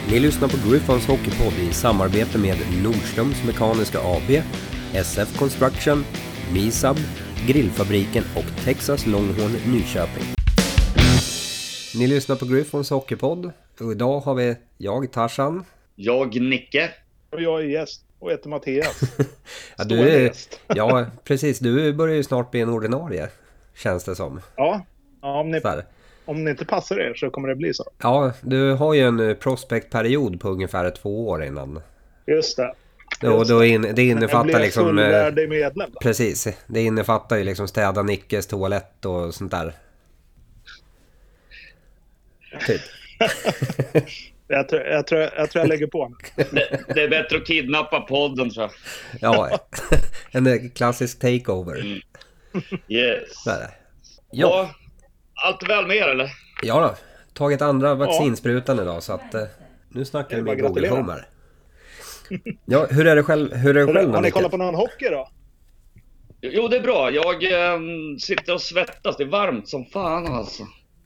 Ni lyssnar på Gryphons Hockeypodd i samarbete med Nordströms Mekaniska AB, SF Construction, Misab, Grillfabriken och Texas Longhorn Nyköping. Ni lyssnar på Gryphons Hockeypodd och idag har vi jag, Tarzan. Jag, Nicke. Och jag är gäst och heter Mattias. Ja, du är gäst. Ja, precis. Du börjar ju snart bli en ordinarie, känns det som. Ja, om ni inte passar er så kommer det bli så. Ja, du har ju en prospektperiod på ungefär 2 år innan. Just det. Det innefattar liksom... fullvärdig medlem. Precis, det innefattar ju liksom städa Nickes toalett och sånt där. Typ. Jag tror jag lägger på. Det är bättre att kidnappa podden, tror jag. Ja, en klassisk takeover. Yes. Där. Ja. Och allt väl med er, eller? Ja då, tagit andra vaccinsprutan idag så att nu snackar vi med Google Home här. Ja, hur är det själv? Har ni kollat på någon hockey då? Jo, det är bra. Jag sitter och svettas. Det är varmt som fan alltså.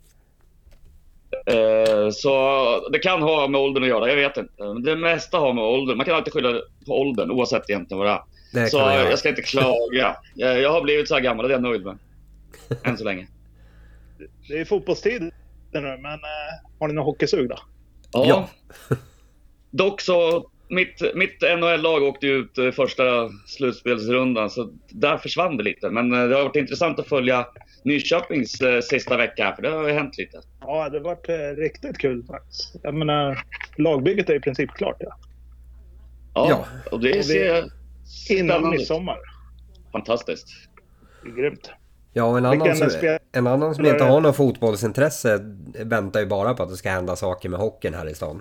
Så det kan ha med åldern att göra, jag vet inte. Det mesta har med åldern. Man kan alltid skylla på åldern oavsett egentligen vad det är. Så jag ska inte klaga. Jag har blivit så här gammal och det är jag nöjd med. Än så länge. Det är fotbollstid nu, men har ni någon hockeysug då? Ja. Dock så mitt NHL-lag åkte ut första slutspelsrundan, så där försvann det lite. Men det har varit intressant att följa Nyköpings sista vecka, för det har ju hänt lite. Ja, det har varit riktigt kul faktiskt. Jag menar, lagbygget är i princip klart. Ja. Och det ser innan midsommar. Fantastiskt. Det är grymt. Ja, en annan som inte har någon fotbollsintresse väntar ju bara på att det ska hända saker med hockeyn här i stan.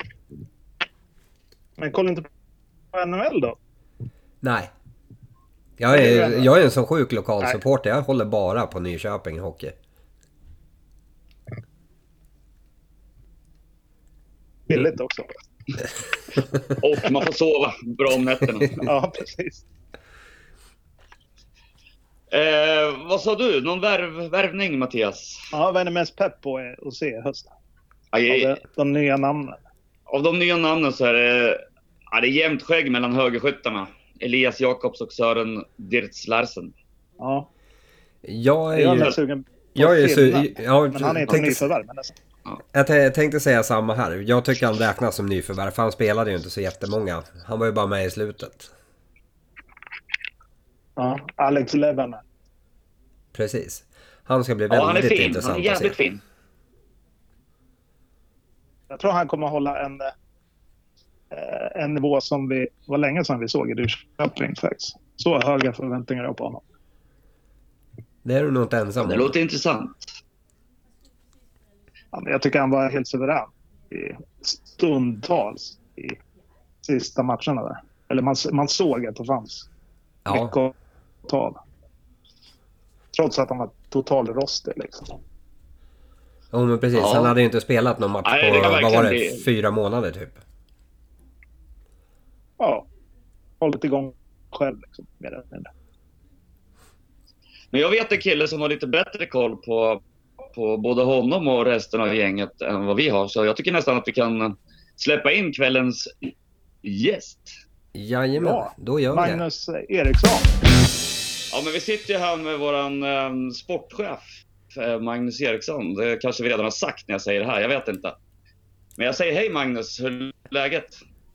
Men kolla inte på NHL då? Nej. Jag är en sån sjuk lokal supporter. Jag håller bara på Nyköping hockey. Billigt också. Och man får sova bra om nätterna. Ja, precis. Vad sa du? Någon värvning, Mattias? Ja, vad är ni mest pepp på att se hösten? Av de nya namnen. Av de nya namnen så är det jämnt skägg mellan högerskyttarna. Elias Jakobs och Sören Dirtz Larsen. Ja. Jag är sugen på men han är inte nyförvärv. Jag tänkte säga samma här. Jag tycker han räknas som nyförvärv, för han spelade ju inte så jättemånga. Han var ju bara med i slutet. Ja, Alex Leveman. Precis. Han ska bli väldigt intressant. Han är jävligt fin. Jag tror han kommer hålla en nivå som vi var länge sedan vi såg i Nyköping faktiskt. Så höga förväntningar på honom. Det är du nog inte ensam. Det låter intressant. Ja, men jag tycker han var helt suverän i stundtals i sista matcherna där. Eller man såg att det fanns tal. Trots att han var total rostig liksom. Ja, men precis. Han hade ju inte spelat någon match på, vad var det, 4 månader typ. Ja, hållit igång själv liksom, mer eller mindre. Men jag vet en kille som har lite bättre koll på både honom och resten av gänget än vad vi har. Så jag tycker nästan att vi kan släppa in kvällens gäst. Jajamän, då gör vi Magnus Eriksson. Ja, men vi sitter ju här med våran sportchef Magnus Eriksson. Det kanske vi redan har sagt när jag säger det här, jag vet inte. Men jag säger hej Magnus, hur är läget?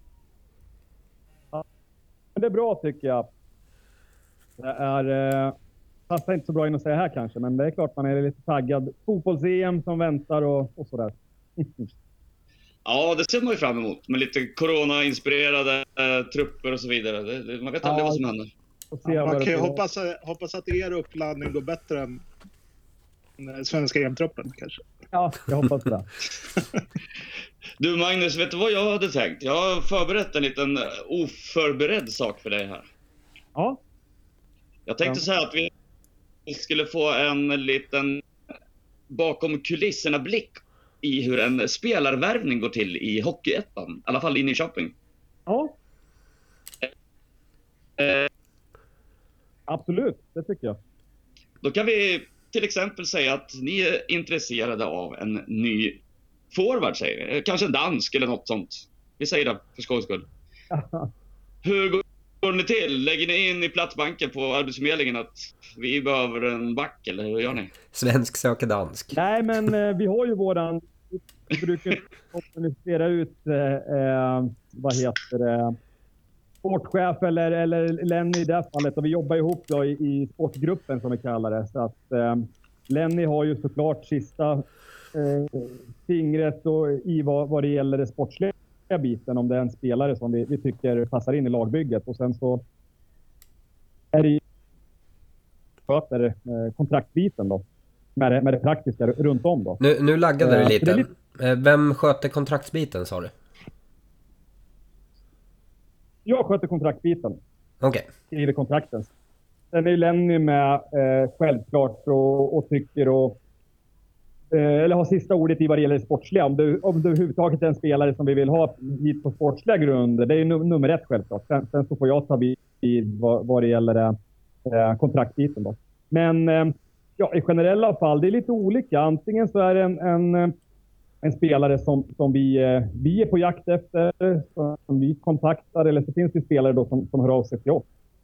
Ja, det är bra tycker jag. Det är passar inte så bra in att säga här kanske, men det är klart man är lite taggad. Fotbolls-EM som väntar och sådär. Ja, det ser man ju fram emot. Med lite corona-inspirerade trupper och så vidare. Man vet aldrig vad som händer. Man kan ju hoppas att er uppladdning går bättre än svenska EM-truppen kanske. Ja, jag hoppas det. Du Magnus, vet du vad jag hade tänkt? Jag har förberett en liten oförberedd sak för dig här. Ja. Jag tänkte säga att vi skulle få en liten bakom kulisserna blick i hur en spelarvärvning går till i Hockeyettan. I alla fall i Nyköping. Ja. Absolut, det tycker jag. Då kan vi till exempel säga att ni är intresserade av en ny forward säger vi. Kanske en dansk eller något sånt. Vi säger det för skojs skull. Hur går ni till? Lägger ni in i platsbanken på Arbetsförmedlingen att vi behöver en back, eller hur gör ni? Svensk söker dansk. Nej, men vi har ju våran... Vi brukar kommunicera ut, vad heter det, sportchef eller Lenny i det här fallet. Och vi jobbar ihop då i sportgruppen som vi kallar det. Så att Lenny har ju såklart sista fingret och i vad det gäller det sportsliga biten. Om det är en spelare som vi tycker passar in i lagbygget. Och sen så är det sköter kontraktbiten då. Med det praktiska runt om då. Nu laggade det lite. Vem sköter kontraktsbiten, sa du? Jag sköter kontraktbiten. Okej. Skriver kontrakten. Sen är ju Lenny med självklart och tycker och eller har sista ordet i vad det gäller sportsliga. Om det överhuvudtaget är en spelare som vi vill ha hit på sportsliga grunder. Det är ju nummer ett självklart. Sen så får jag ta vid vad det gäller kontraktbiten då. Men ja, i generella fall, det är lite olika. Antingen så är det en spelare som vi är på jakt efter, som vi kontaktar, eller så finns det spelare då som hör av sig till oss.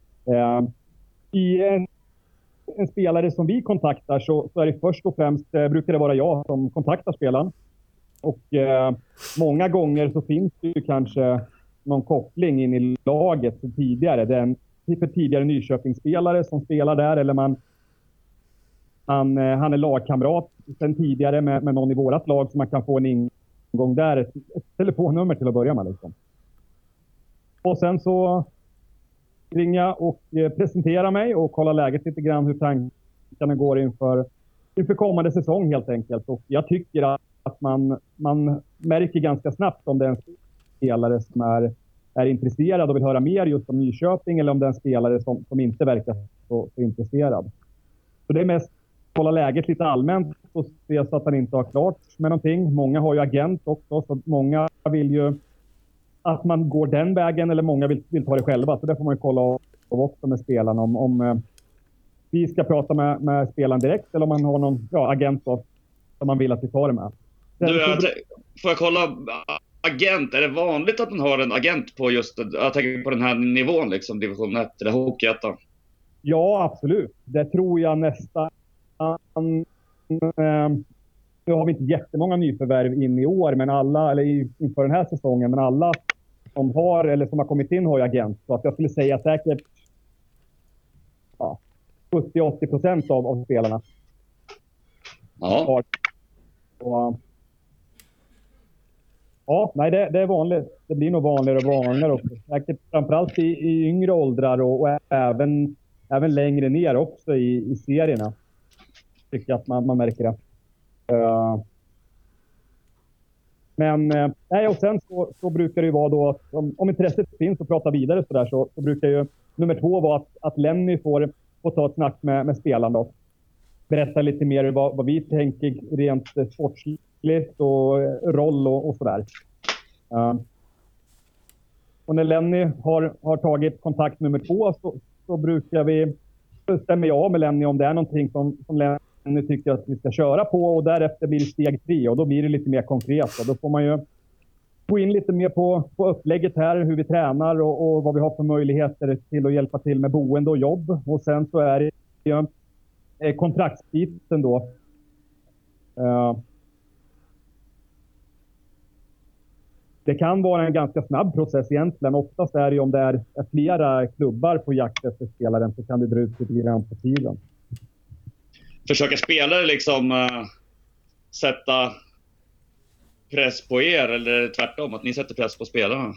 I en spelare som vi kontaktar så är det först och främst, brukar det vara jag som kontaktar spelaren. Och många gånger så finns det ju kanske någon koppling in i laget tidigare. Det är en tidigare Nyköpingsspelare som spelar där, eller han är lagkamrat sen tidigare med någon i vårat lag, så man kan få en ingång där, ett telefonnummer till att börja med liksom. Och sen så ringa och presentera mig och kolla läget lite grann, hur tankarna går inför kommande säsong helt enkelt. Och jag tycker att man märker ganska snabbt om det är en spelare som är intresserad och vill höra mer just om Nyköping, eller om det är en spelare som inte verkar så intresserad. Så det är mest kolla läget lite allmänt och se så att han inte har klart med någonting. Många har ju agent också, så många vill ju att man går den vägen, eller många vill ta det själva. Så det får man ju kolla också med spelaren om vi ska prata med spelaren direkt, eller om man har någon agent då, som man vill att vi tar det med. Får jag kolla agent? Är det vanligt att man har en agent på just, jag tänker på den här nivån liksom, division 1 eller Hockeyettan? Ja, absolut. Det tror jag nästan. Nu har vi inte jättemånga nyförvärv in i år, men alla, eller inför den här säsongen, men alla som har eller som har kommit in har ju agent. Så att jag skulle säga säkert 70-80% av spelarna. Ja. Nej, det är vanligt. Det blir nog vanligare och vanligare också. Säkert framförallt i yngre åldrar och även längre ner också i serierna. Tycker jag att man märker det. Men och sen så brukar det ju vara då att om intresset finns och prata vidare så brukar ju nummer 2 vara att Lenny får ta ett snack med spelaren då. Berätta lite mer vad vi tänker rent sportsligt och roll och sådär. Och när Lenny har tagit kontakt nummer 2 så brukar vi stämma av med Lenny om det är någonting som Lenny tycker att vi ska köra på, och därefter blir det steg 3 och då blir det lite mer konkret. Och då får man ju gå in lite mer på upplägget här, hur vi tränar och vad vi har för möjligheter till att hjälpa till med boende och jobb. Och sen så är det ju kontraktsbiten då. Det kan vara en ganska snabb process egentligen. Oftast är det om det är flera klubbar på jakt efter spelaren, så kan det dra ut lite grann på tiden. Försöker spelare liksom sätta press på er, eller tvärtom, att ni sätter press på spelarna?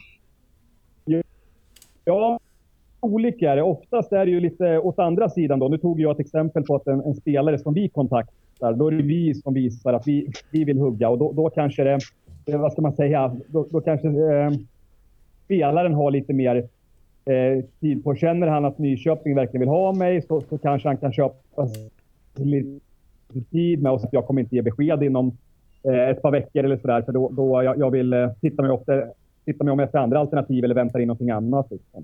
Ja, olika är det. Oftast är det ju lite åt andra sidan då. Nu tog jag ett exempel på att en spelare som vi kontaktar, då är det vi som visar att vi vill hugga, och då kanske det, vad ska man säga, då kanske spelaren har lite mer tid på. Känner han att Nyköping verkligen vill ha mig, så kanske han kan köpa lite tid med oss, att jag kommer inte ge besked inom ett par veckor eller sådär, för då jag vill titta mig om efter andra alternativ eller vänta in någonting annat liksom.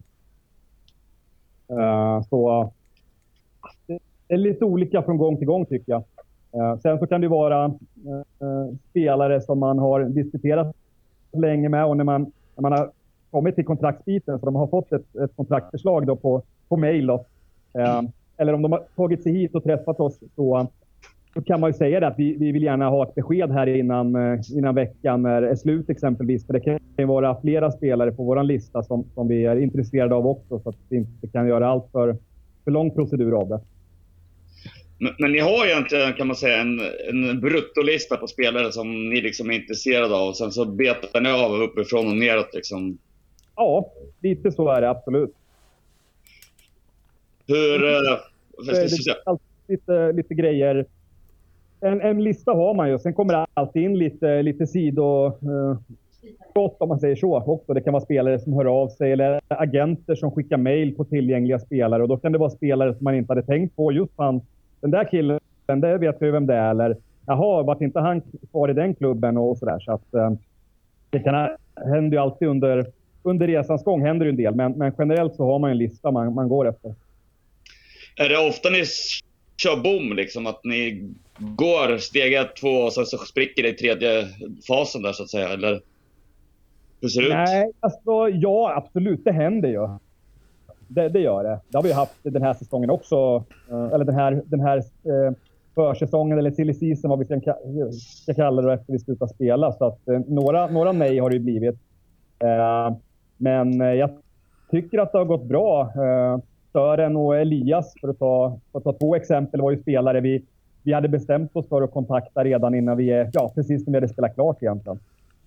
Så det är lite olika från gång till gång tycker jag. Sen så kan det vara spelare som man har diskuterat länge med, och när man har kommit till kontraktsbiten, så de har fått ett kontraktförslag då på mail då, eller om de har tagit sig hit och träffat oss, så kan man ju säga det att vi vill gärna ha ett besked här innan veckan är slut exempelvis, för det kan ju vara flera spelare på våran lista som vi är intresserade av också, så att vi inte kan göra allt för lång procedur av det. Men ni har egentligen, kan man säga, en bruttolista på spelare som ni liksom är intresserade av, och sen så betar ni av uppifrån och neråt liksom. Ja, lite så är det absolut. Lite grejer. En lista har man ju. Sen kommer det alltid in lite sidogott, om man säger så också. Det kan vara spelare som hör av sig, eller agenter som skickar mejl på tillgängliga spelare. Och då kan det vara spelare som man inte hade tänkt på. Just den där killen, det vet vi vem det är. Eller jaha, vart inte han kvar i den klubben och sådär. Så att det händer ju alltid under resans gång händer det en del. Men generellt så har man en lista man går efter. Är det ofta ni kör bom liksom, att ni går steg 1, 2 och sen så spricker det i tredje fasen där så att säga, eller hur ser det ut? Nej, alltså ja, absolut, det händer ju. Det gör det. Det har vi haft den här säsongen också, eller den här försäsongen, eller silly season, vad vi ska kalla det, efter vi slutar spela, så att några nej har det ju blivit. Men jag tycker att det har gått bra. Sören och Elias, för att ta 2 exempel, var ju spelare vi hade bestämt oss för att kontakta redan innan precis när vi hade spelat klart egentligen.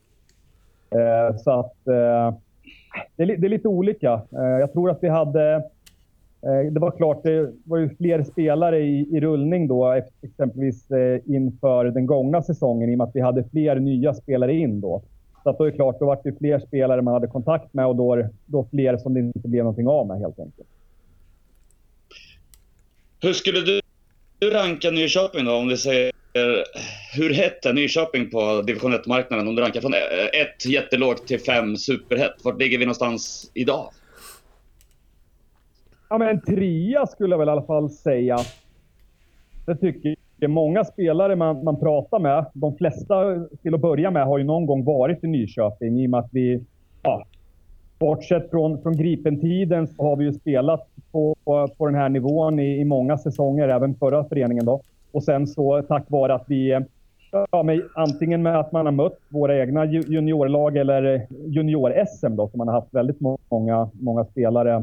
Så att det är lite olika. Jag tror att vi hade, det var klart, det var ju fler spelare i rullning då, exempelvis inför den gångna säsongen, i och med att vi hade fler nya spelare in då. Så att då är det klart, då var det fler spelare man hade kontakt med, och då fler som det inte blev någonting av med helt enkelt. Hur skulle du ranka Nyköping då, om du säger hur hett är Nyköping på division 1-marknaden, om du rankar från 1 jättelågt till 5 superhett? Vart ligger vi någonstans idag? Ja, men en 3 skulle jag väl i alla fall säga. Det tycker jag. Många spelare man pratar med, de flesta till att börja med har ju någon gång varit i Nyköping, i och med att vi, bortsett från Gripen-tiden, så har vi ju spelat på den här nivån i många säsonger, även förra föreningen då. Och sen så tack vare att vi, antingen med att man har mött våra egna juniorlag eller junior-SM då, som man har haft väldigt många spelare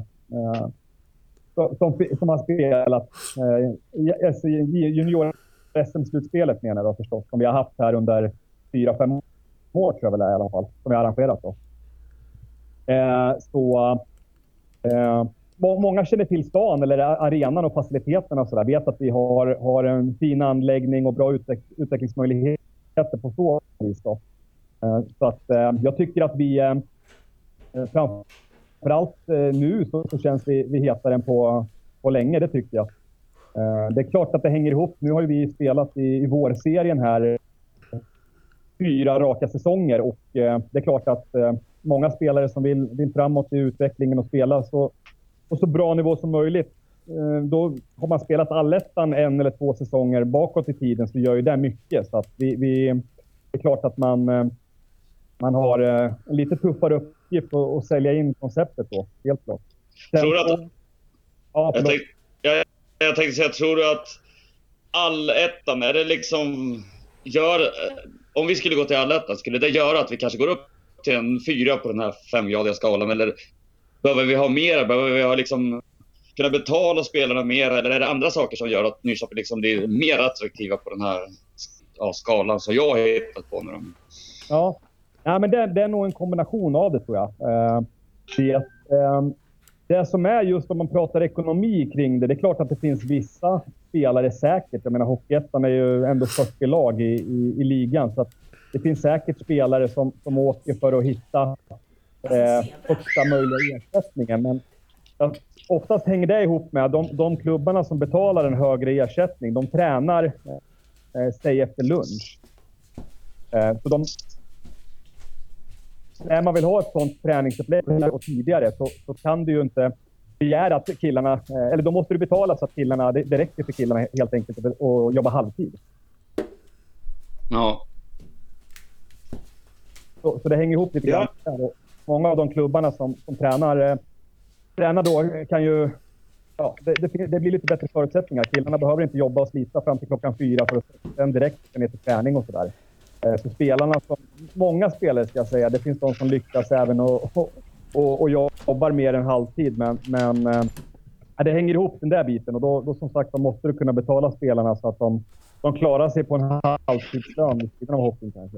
som har spelat junior-SM-slutspelet, menar jag förstås, som vi har haft här under 4-5 år, tror jag väl i alla fall, som vi har arrangerat då. Många känner till stan eller arenan och faciliteterna och sådär. Vet att vi har en fin anläggning och bra utvecklingsmöjligheter på så vis då. Så att jag tycker att vi framförallt nu så känns vi hetare än på länge, det tycker jag. Det är klart att det hänger ihop. Nu har ju vi spelat i vårserien här 4 raka säsonger, och det är klart att många spelare som vill framåt i utvecklingen och spela på så bra nivå som möjligt. Då har man spelat allettan 1 eller 2 säsonger bakåt i tiden, så gör ju det mycket. Så att det är klart att man har en lite tuffare uppgift att sälja in konceptet då, helt klart. Tror du att... Jag tänkte säga, tror du att allettan, är det liksom om vi skulle gå till allettan, skulle det göra att vi kanske går upp till en 4 på den här 5-gradiga skalan, eller behöver vi ha mer? Behöver vi ha liksom kunna betala spelarna mer, eller är det andra saker som gör att Nyköping liksom blir mer attraktiva på den här skalan som jag har hittat på nu? Ja, men det är nog en kombination av det, tror jag. Det som är just, om man pratar ekonomi kring det är klart att det finns vissa spelare säkert. Jag menar, Hockeyettan är ju ändå 40 lag i ligan, så att det finns säkert spelare som åker för att hitta högsta möjliga ersättningen. Men oftast hänger det ihop med de klubbarna som betalar en högre ersättning. De tränar sig efter lunch. Så när man vill ha ett sånt träningsupplägg och tidigare, så kan du ju inte begära att killarna, eller då måste du betala så att killarna, det räcker för killarna helt enkelt att jobba halvtid. Ja. Så det hänger ihop lite grann. Många av de klubbarna som tränar då kan ju... Ja, det blir lite bättre förutsättningar. Killarna behöver inte jobba och slita fram till 4:00 för att sen direkt ner till träning och sådär. Så spelarna, många spelare ska jag säga, det finns de som lyckas även och jobbar mer än halvtid. Men det hänger ihop den där biten och då som sagt då måste du kunna betala spelarna så att de klarar sig på en halvtidslön vid sidan av hockeyn kanske.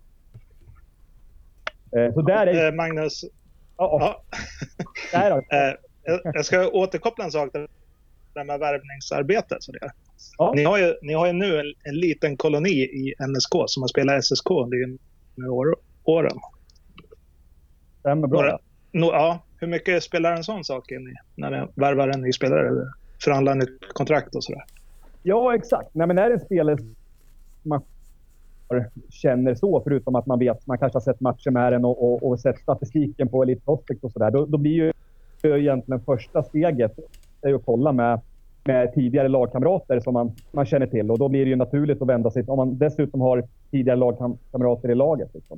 Så där är Magnus. Ja. Jag ska återkoppla en sak där med värvningsarbetet. Så det. Ja. Ni har ju nu en liten koloni i NSK som har spelat SSK under åren. Stämmer bra. Hur mycket spelar en sån sak in i när det värvar en ny spelare eller förhandlar nytt kontrakt och sådär? Ja, exakt. Nej, men är det en spelare som man känner så, förutom att man vet man kanske har sett matcher med den och sett statistiken på Elite Prospect och sådär, då blir ju egentligen första steget är att kolla med tidigare lagkamrater som man känner till, och då blir det ju naturligt att vända sig om man dessutom har tidigare lagkamrater i laget liksom.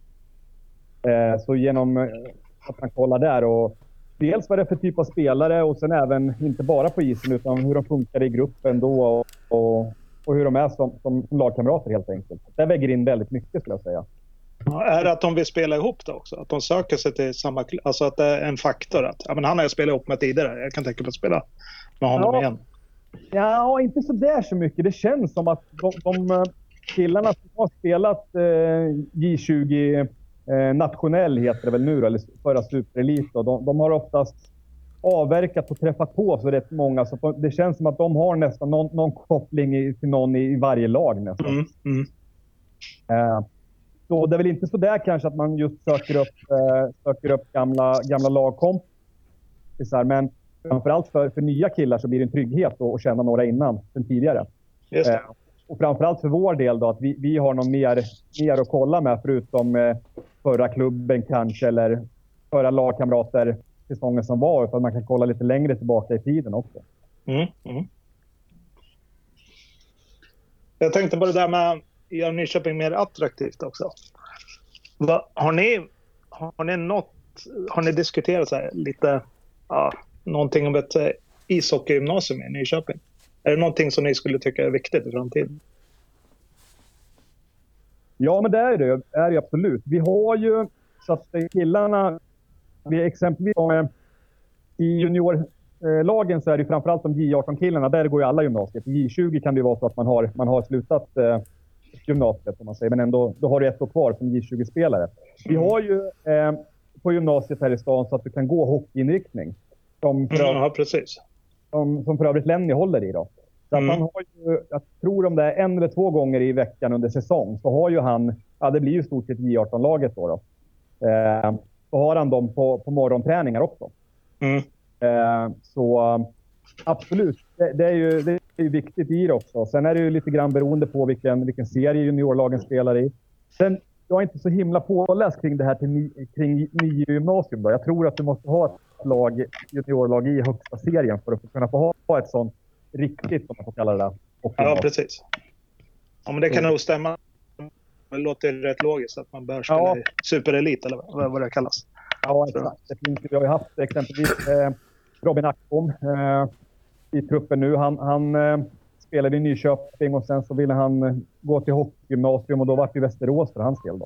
Så genom att man kollar där och dels vad det är för typ av spelare och sen även inte bara på isen utan hur de funkar i gruppen då och hur de är som lagkamrater helt enkelt. Det väger in väldigt mycket skulle jag säga. Ja, är det att de vill spela ihop då också? Att de söker sig till samma... Alltså att det är en faktor att men han har jag spelat ihop med tidigare. Jag kan tänka på att spela med honom igen. Ja, inte så där så mycket. Det känns som att de killarna som har spelat J20 nationell heter det väl nu då, eller förra superelit då, de har oftast avverkat och träffat på så rätt många. Så det känns som att de har nästan någon koppling till någon i varje lag nästan. Så det är väl inte så där kanske att man just söker upp gamla lagkompisar, men framförallt för nya killar så blir det en trygghet att känna några sen tidigare. Just det. Och framförallt för vår del då att vi har någon mer att kolla med förutom förra klubben kanske eller förra lagkamrater säsongen som var, för att man kan kolla lite längre tillbaka i tiden också. Jag tänkte på det där med att göra Nyköping mer attraktivt också. Har ni diskuterat så här lite någonting om ett ishockeygymnasium i Nyköping? Är det någonting som ni skulle tycka är viktigt i framtiden? Ja, men det är det absolut. Vi har ju så att killarna, vi exempelvis i juniorlagen så är det framförallt de J18-killarna, där går ju alla gymnasiet. I J20 kan det ju vara så att man har slutat gymnasiet om man säger, men ändå då har du ett år kvar som J20-spelare. Vi har ju på gymnasiet här i stan så att du kan gå hockeyinriktning. Som för övrigt Lenny håller i då. Så att han har ju, jag tror om det är 1 eller 2 gånger i veckan under säsong, så har ju han, det blir ju stort sett J18-laget då. Så har han dem på morgonträningar också. Så absolut, det är ju viktigt i det också. Sen är det ju lite grann beroende på vilken serie juniorlagen spelar i. Sen, jag är inte så himla påläst kring det här kring nio gymnasium då. Jag tror att du måste ha ett juniorlag i högsta serien för att kunna få ha ett sånt riktigt, om man får kalla det där. Ja, precis. Ja, men det kan nog stämma. Det låter rätt logiskt att man bör spela i superelit eller vad det kallas. Ja, exakt. Vi har ju haft exempelvis Robin Ackbom i truppen nu. Han spelade i Nyköping och sen så ville han gå till hockeygymnasium och då var det i Västerås för hans del då.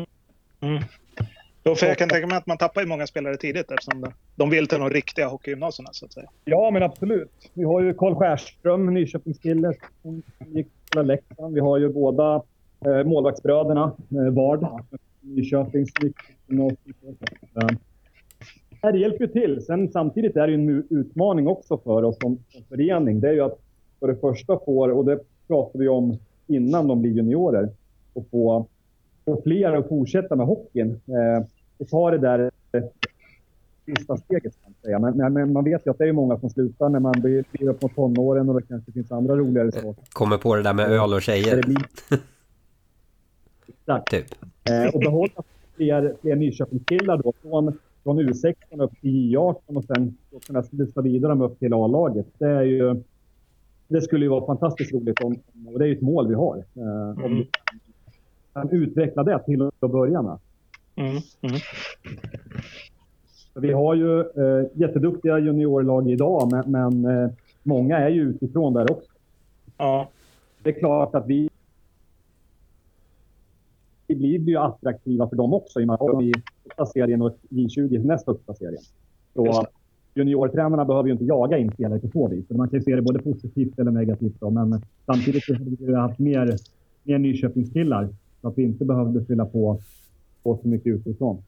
För jag kan tänka mig att man tappar ju många spelare tidigt eftersom de vill till de riktiga hockeygymnasierna så att säga. Ja, men absolut. Vi har ju Karl Skärström, Nyköpingskille, som gick till Leksand. Vi har ju båda målvaktsbröderna, Vard, Nyköpings gymnasium. Det hjälper ju till. Sen samtidigt är det ju en utmaning också för oss som förening. Det är ju att för det första och det pratar vi om innan de blir juniorer, och få fler att fortsätta med hockeyn. Och ta det där sista steget kan man säga. Men man vet ju att det är många som slutar när man blir upp mot tonåren och det kanske finns andra roligare saker. Kommer på det där med öl och tjejer. Exakt. Typ. Och behålla fler Nyköpingskillar då från U16 upp till J18 och sen kunna sluta vidare upp till A-laget. Det skulle ju vara fantastiskt roligt och det är ju ett mål vi har. Om vi kan utveckla det till att börja med. Vi har ju jätteduktiga juniorlag idag, men många är ju utifrån där också. Ja. Det är klart att vi blir ju attraktiva för dem också i och med att de är i högsta serien och J20 näst högsta serien. Så juniortränarna behöver ju inte jaga in spelare på så vis. Så man kan ju se det både positivt eller negativt då, men samtidigt så har vi haft mer Nyköpingskillar så att vi inte behövde fylla på så mycket utifrån.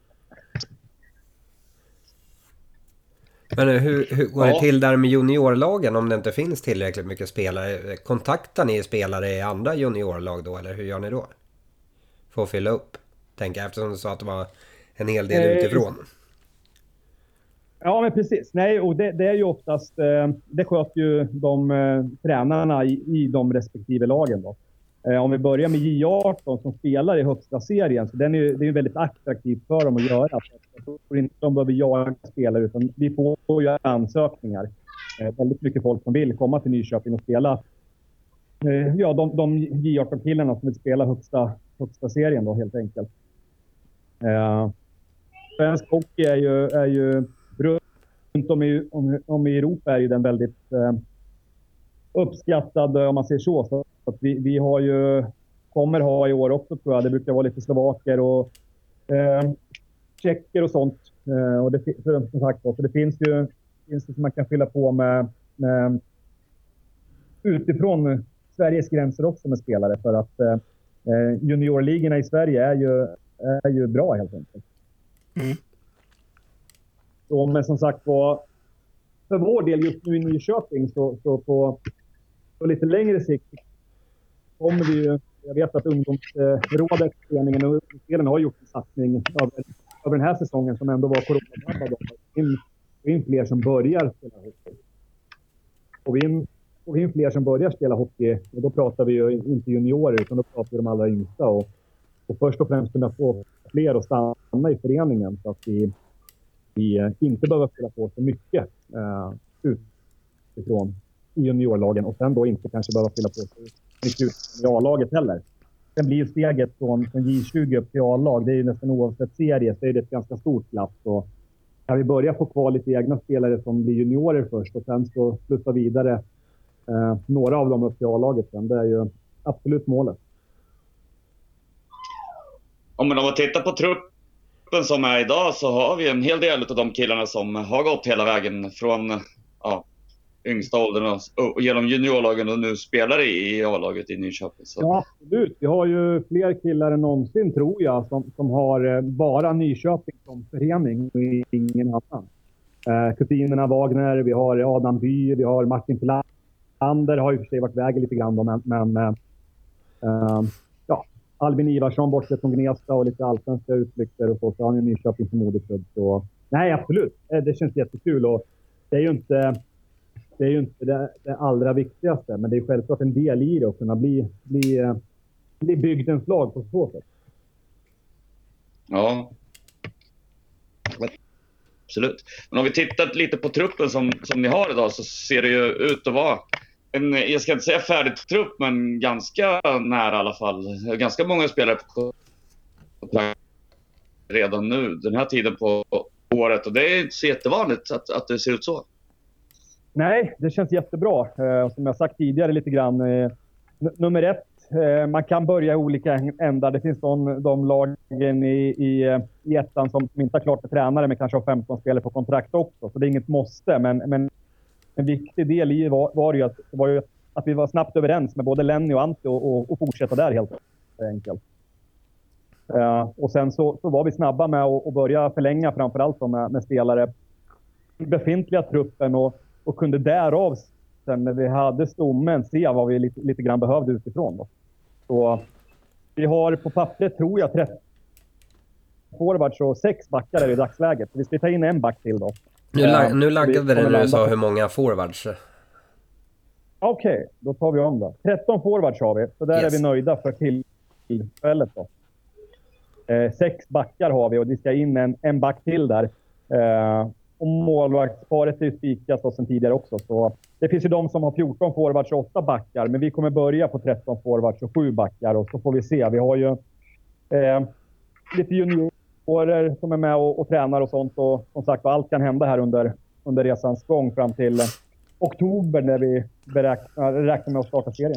Men hur går det till där med juniorlagen om det inte finns tillräckligt mycket spelare? Kontaktar ni spelare i andra juniorlag då, eller hur gör ni då? För att fylla upp, tänker jag, eftersom du sa att det var en hel del utifrån. Ja, men precis. Nej, och det är ju oftast, det sköter ju de tränarna i de respektive lagen då. Om vi börjar med J18 som spelar i högsta serien, så det är ju väldigt attraktivt för dem att göra. Jag tror inte de behöver jaga spelare, utan vi får göra ansökningar. Väldigt mycket folk som vill komma till Nyköping och spela. Ja, de J18-killarna som vill spela högsta serien då, helt enkelt. Svensk hockey är ju runt om i Europa är ju den väldigt uppskattad, om man säger så att vi har ju, kommer ha i år också tror jag, det brukar vara lite slovaker och tjecker och sånt. Och det, som sagt, så det finns ju som man kan fylla på med utifrån Sveriges gränser också med spelare, för att juniorligorna i Sverige är ju bra helt enkelt. Så, men som sagt för vår del just nu i Nyköping så på lite längre sikt kommer vi ju, jag vet att ungdomsrådet, föreningen och ungdomsdelen har gjort en satsning över den här säsongen som ändå var coronadrabbad. In fler som börjar spela hockey. Och vi in fler som börjar spela hockey, och då pratar vi ju inte juniorer utan då pratar vi de allra yngsta. Och först och främst kunna få fler att stanna i föreningen så att vi inte behöver spela på så mycket utifrån i juniorlagen, och sen då inte kanske behöva spela på så mycket i A-laget heller. Sen blir ju steget från J20 upp till A-lag, det är ju nästan oavsett serie, så är det ett ganska stort glapp. Så kan vi börja få kvar lite egna spelare som blir juniorer först och sen så sluta vidare några av dem upp till A-laget sen, det är ju absolut målet. Om man tittar på truppen som är idag, så har vi en hel del av de killarna som har gått hela vägen från yngsta åldern och genom juniorlagen och nu spelar i A-laget i Nyköping. Så. Ja, absolut. Vi har ju fler killar än någonsin, tror jag, som har bara Nyköping som förening och ingen annan. Kusinerna Wagner, vi har Adam By, vi har Martin Tillander, har ju för sig varit vägen lite grann, men Albin Ivarsson bortsett från Gnesta och lite allsvenska utflykter och så har han ju Nyköping som moderklubb. Så nej, absolut. Det känns jättekul, och det är ju inte det allra viktigaste, men det är självklart en del i det att kunna bli bygdens lag på så sätt. Ja, absolut. Men om vi tittar lite på truppen som ni har idag, så ser det ju ut att vara jag ska inte säga färdig trupp, men ganska nära i alla fall. Ganska många spelare på redan nu, den här tiden på året, och det är inte så jättevanligt att det ser ut så. Nej, det känns jättebra. Som jag sagt tidigare lite grann. Nummer 1, man kan börja i olika ändar. Det finns de lagen i ettan som inte har klart för tränare, men kanske har 15 spelare på kontrakt också. Så det är inget måste, men en viktig del i var ju att vi var snabbt överens med både Lenny och Ante och fortsätta där helt enkelt. Och sen så var vi snabba med att börja förlänga framförallt med spelare i befintliga truppen och kunde därav sen när vi hade stommen se vad vi lite grann behövde utifrån då. Så vi har på pappret, tror jag, 30 forwards och 6 backar i dagsläget. Vi ska ta in en back till då. Nu laggade det när du sa hur många forwards. Okej, då tar vi om det. 13 forwards har vi, så där är vi nöjda för tillfället då. 6 backar har vi och vi ska in en back till där. och målvaktsparet är ju spikat och sen tidigare också. Så det finns ju de som har 14 forwards och 8 backar. Men vi kommer börja på 13 forwards och 7 backar. Och så får vi se. Vi har ju lite juniorer som är med och tränar och sånt. Och som sagt, allt kan hända här under resans gång fram till oktober när vi räknar med att starta serien.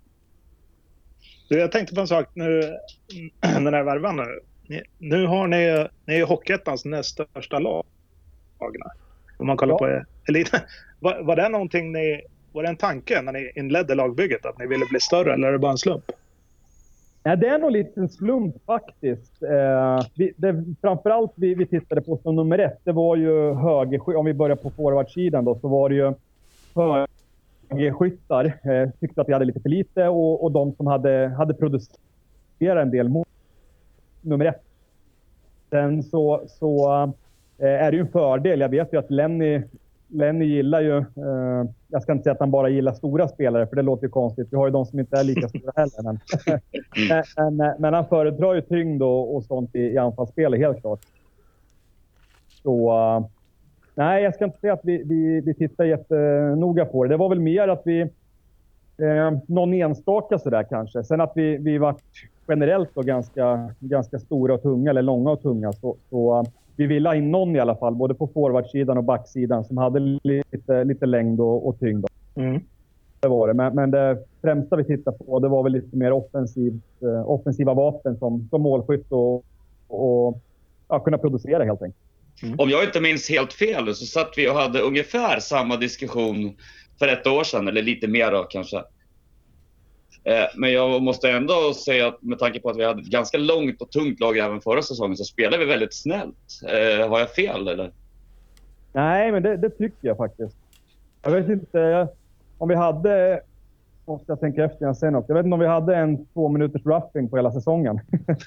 Jag tänkte på en sak nu, den här värvan nu. Nu har ni är Hockeyettans näst största lag. Om man kollar på eliten. Var det någonting var det en tanke när ni inledde lagbygget att ni ville bli större, eller är det bara en slump? Ja, det är nog lite en slump faktiskt. Framförallt vi tittade på som nummer 1, det var ju högerskyttar. Om vi börjar på forwardsidan då, så var det ju högerskyttar. Tyckte att vi hade lite för lite och de som hade producerat en del mot nummer 1. Sen så är det ju en fördel. Jag vet ju att Lenny gillar ju, jag ska inte säga att han bara gillar stora spelare, för det låter ju konstigt. Vi har ju de som inte är lika stora heller. Men han föredrar ju tyngd och sånt i anfallsspelet, helt klart. Så nej, jag ska inte säga att vi tittar jättenoga på det. Det var väl mer att vi någon enstaka sådär kanske. Sen att vi var generellt då ganska stora och tunga, eller långa och tunga. Så vi ville ha in någon i alla fall, både på forwardsidan och backsidan, som hade lite längd och tyngd. Det var det. Men det främsta vi tittade på, det var väl lite mer offensiva vapen som målskytt och kunna producera helt enkelt. Om jag inte minns helt fel så satt vi och hade ungefär samma diskussion för 1 år sedan, eller lite mer då kanske. Men jag måste ändå säga att med tanke på att vi hade ett ganska långt och tungt lag även förra säsongen, så spelade vi väldigt snällt. Har jag fel eller? Nej, men det tycker jag faktiskt. Jag vet inte om vi hade, måste jag tänka efter sen också. Jag vet inte om vi hade en 2 minuters roughing på hela säsongen.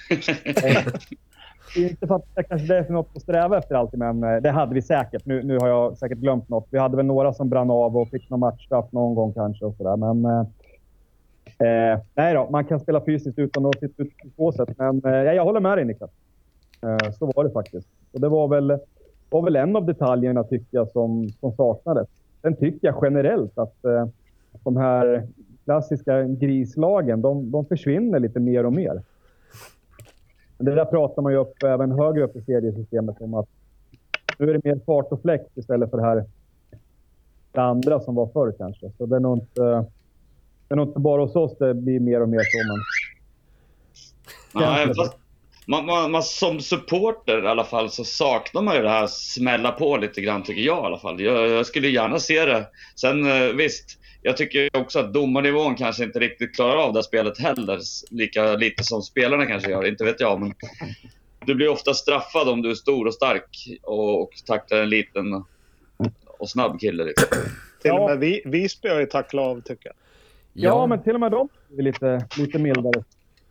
Inte för att det kanske är något att sträva efter alltid, men det hade vi säkert. Nu har jag säkert glömt något. Vi hade väl några som brann av och fick någon matchstraff någon gång kanske och sådär. Men nej då, man kan spela fysiskt utan att sitta ut på sätt. Men jag håller med dig, Niklas. Så var det faktiskt. Och det var väl en av detaljerna tycker jag som saknades. Sen tycker jag generellt att de här klassiska grislagen, de försvinner lite mer och mer. Det där pratar man ju upp även högre upp i seriesystemet om, att nu är det mer fart och fläkt istället för det andra som var förr kanske. Så det är nog inte bara hos oss det blir mer och mer så. Nej, fast man som supporter i alla fall så saknar man ju det här smälla på lite grann, tycker jag i alla fall. Jag skulle gärna se det. Sen visst, jag tycker också att domarnivån kanske inte riktigt klarar av det spelet heller. Lika lite som spelarna kanske gör, inte vet jag. Men du blir ofta straffad om du är stor och stark och tacklar en liten och snabb kille. Liksom. Till och med vi spelar ju tackla av, tycker jag. Ja, men till och med de är lite mildare.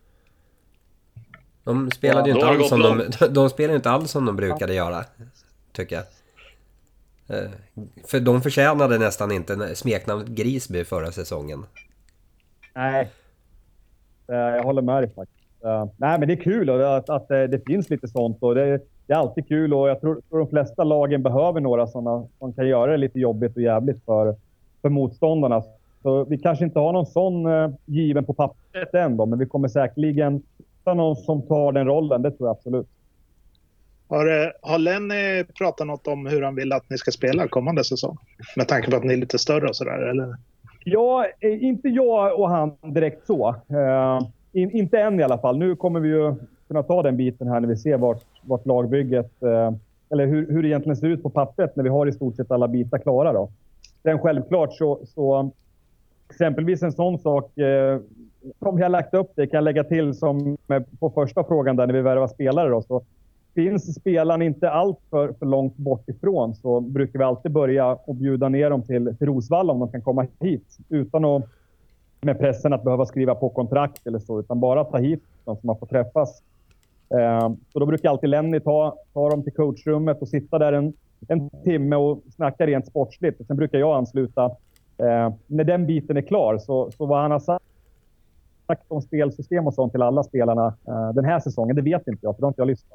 De spelade ju de spelade inte alls som de brukade göra, tycker jag. För de förtjänade nästan inte smeknamnet Grisby förra säsongen. Nej, jag håller med dig faktiskt. Nej, men det är kul att det finns lite sånt. Och det är alltid kul, och jag tror de flesta lagen behöver några sådana som kan göra det lite jobbigt och jävligt för motståndarna. Så vi kanske inte har någon sån given på pappret än då, men vi kommer säkerligen ha någon som tar den rollen, det tror jag absolut. Har Lenny pratat något om hur han vill att ni ska spela kommande säsong? Med tanke på att ni är lite större och sådär, eller? Ja, inte jag och han direkt så. Inte än i alla fall. Nu kommer vi ju kunna ta den biten här när vi ser vart lagbygget, eller hur det egentligen ser ut på pappret när vi har i stort sett alla bitar klara då. Sen självklart så exempelvis en sån sak, om vi har lagt upp det, kan jag lägga till som på första frågan där när vi värvar spelare då, så finns spelaren inte allt för långt bort ifrån, så brukar vi alltid börja och bjuda ner dem till Rosvalla om de kan komma hit utan att med pressen att behöva skriva på kontrakt eller så, utan bara ta hit dem som man får träffas. Så då brukar alltid Lenny ta dem till coachrummet och sitta där en timme och snacka rent sportsligt, och sen brukar jag ansluta när den biten är klar. Så vad han har sagt sagt om spelsystem och sånt till alla spelarna den här säsongen. Det vet inte jag, för då har inte jag lyssnat.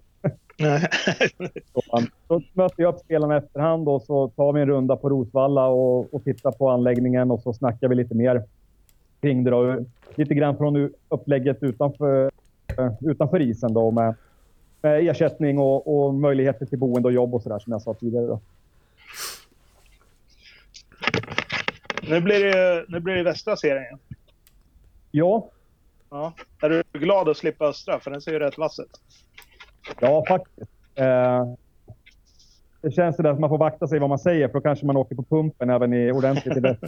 Så möter jag upp spelarna efterhand och så tar vi en runda på Rosvalla och tittar på anläggningen och så snackar vi lite mer kring det då. Lite grann från upplägget utanför isen då med ersättning och möjligheter till boende och jobb och sådär som jag sa tidigare då. Nu blir det västra serien. Ja. Är du glad att slippa östra? För den ser ju rätt vass ut. Ja, faktiskt. Det känns sådär att man får vakta sig vad man säger, för då kanske man åker på pumpen även ordentligt i det.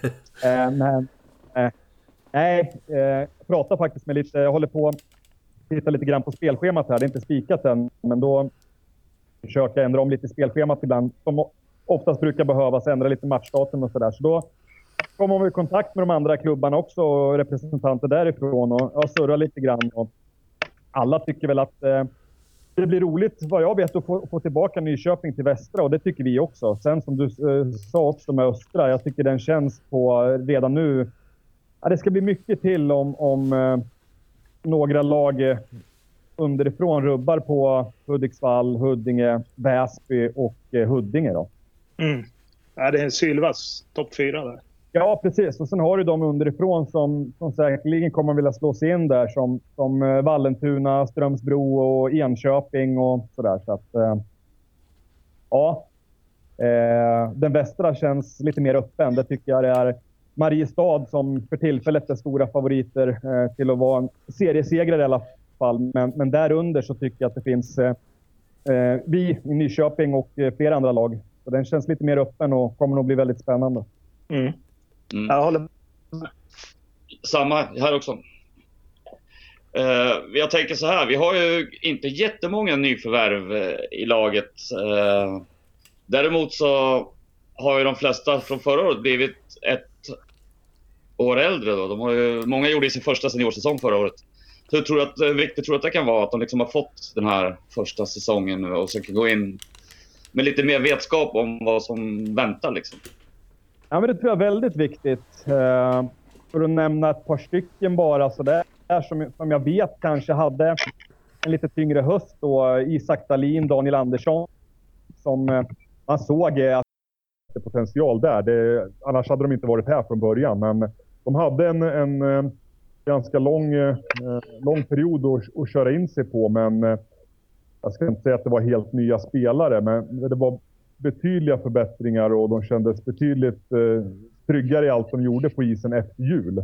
Jag pratar faktiskt med lite, jag håller på att titta lite grann på spelschemat här. Det är inte spikat än, men då försöker jag ändra om lite spelschemat ibland. Som oftast brukar behövas, ändra lite matchdatum och sådär. Så då kommer vi i kontakt med de andra klubbarna också och representanter därifrån och surrar lite grann. Och alla tycker väl att det blir roligt, vad jag vet, att få tillbaka Nyköping till västra, och det tycker vi också. Sen som du sa också med östra, jag tycker den känns på redan nu. Ja, det ska bli mycket till om några lag underifrån rubbar på Hudiksvall, Huddinge, Väsby och Huddinge då. Ja, det är en sylvass topp 4 där. Ja, precis. Och sen har du de underifrån som säkerligen kommer vilja slå sig in där. Som Vallentuna, Strömsbro och Enköping och sådär. Så att, den västra känns lite mer öppen. Det tycker jag det är Mariestad som för tillfället är stora favoriter till att vara en seriesegrare i alla fall. Men där under så tycker jag att det finns vi i Nyköping och flera andra lag. Så den känns lite mer öppen och kommer nog bli väldigt spännande. Jag håller med. Samma här också. Jag tänker så här, vi har ju inte jättemånga nyförvärv i laget. Däremot så har ju de flesta från förra året blivit ett år äldre då. Många gjorde sin första seniorsäsong förra året. Så hur viktigt tror du att det kan vara att de liksom har fått den här första säsongen nu och så kan gå in med lite mer vetskap om vad som väntar liksom? Ja, men det tror jag är väldigt viktigt. För att nämna ett par stycken bara så där som jag vet kanske hade en lite tyngre höst då. Isak Dahlin, Daniel Andersson, som man såg att det är potential där. Annars hade de inte varit här från början, men de hade en ganska lång period att köra in sig på, men jag ska inte säga att det var helt nya spelare, men det var betydliga förbättringar och de kändes betydligt tryggare i allt de gjorde på isen efter jul.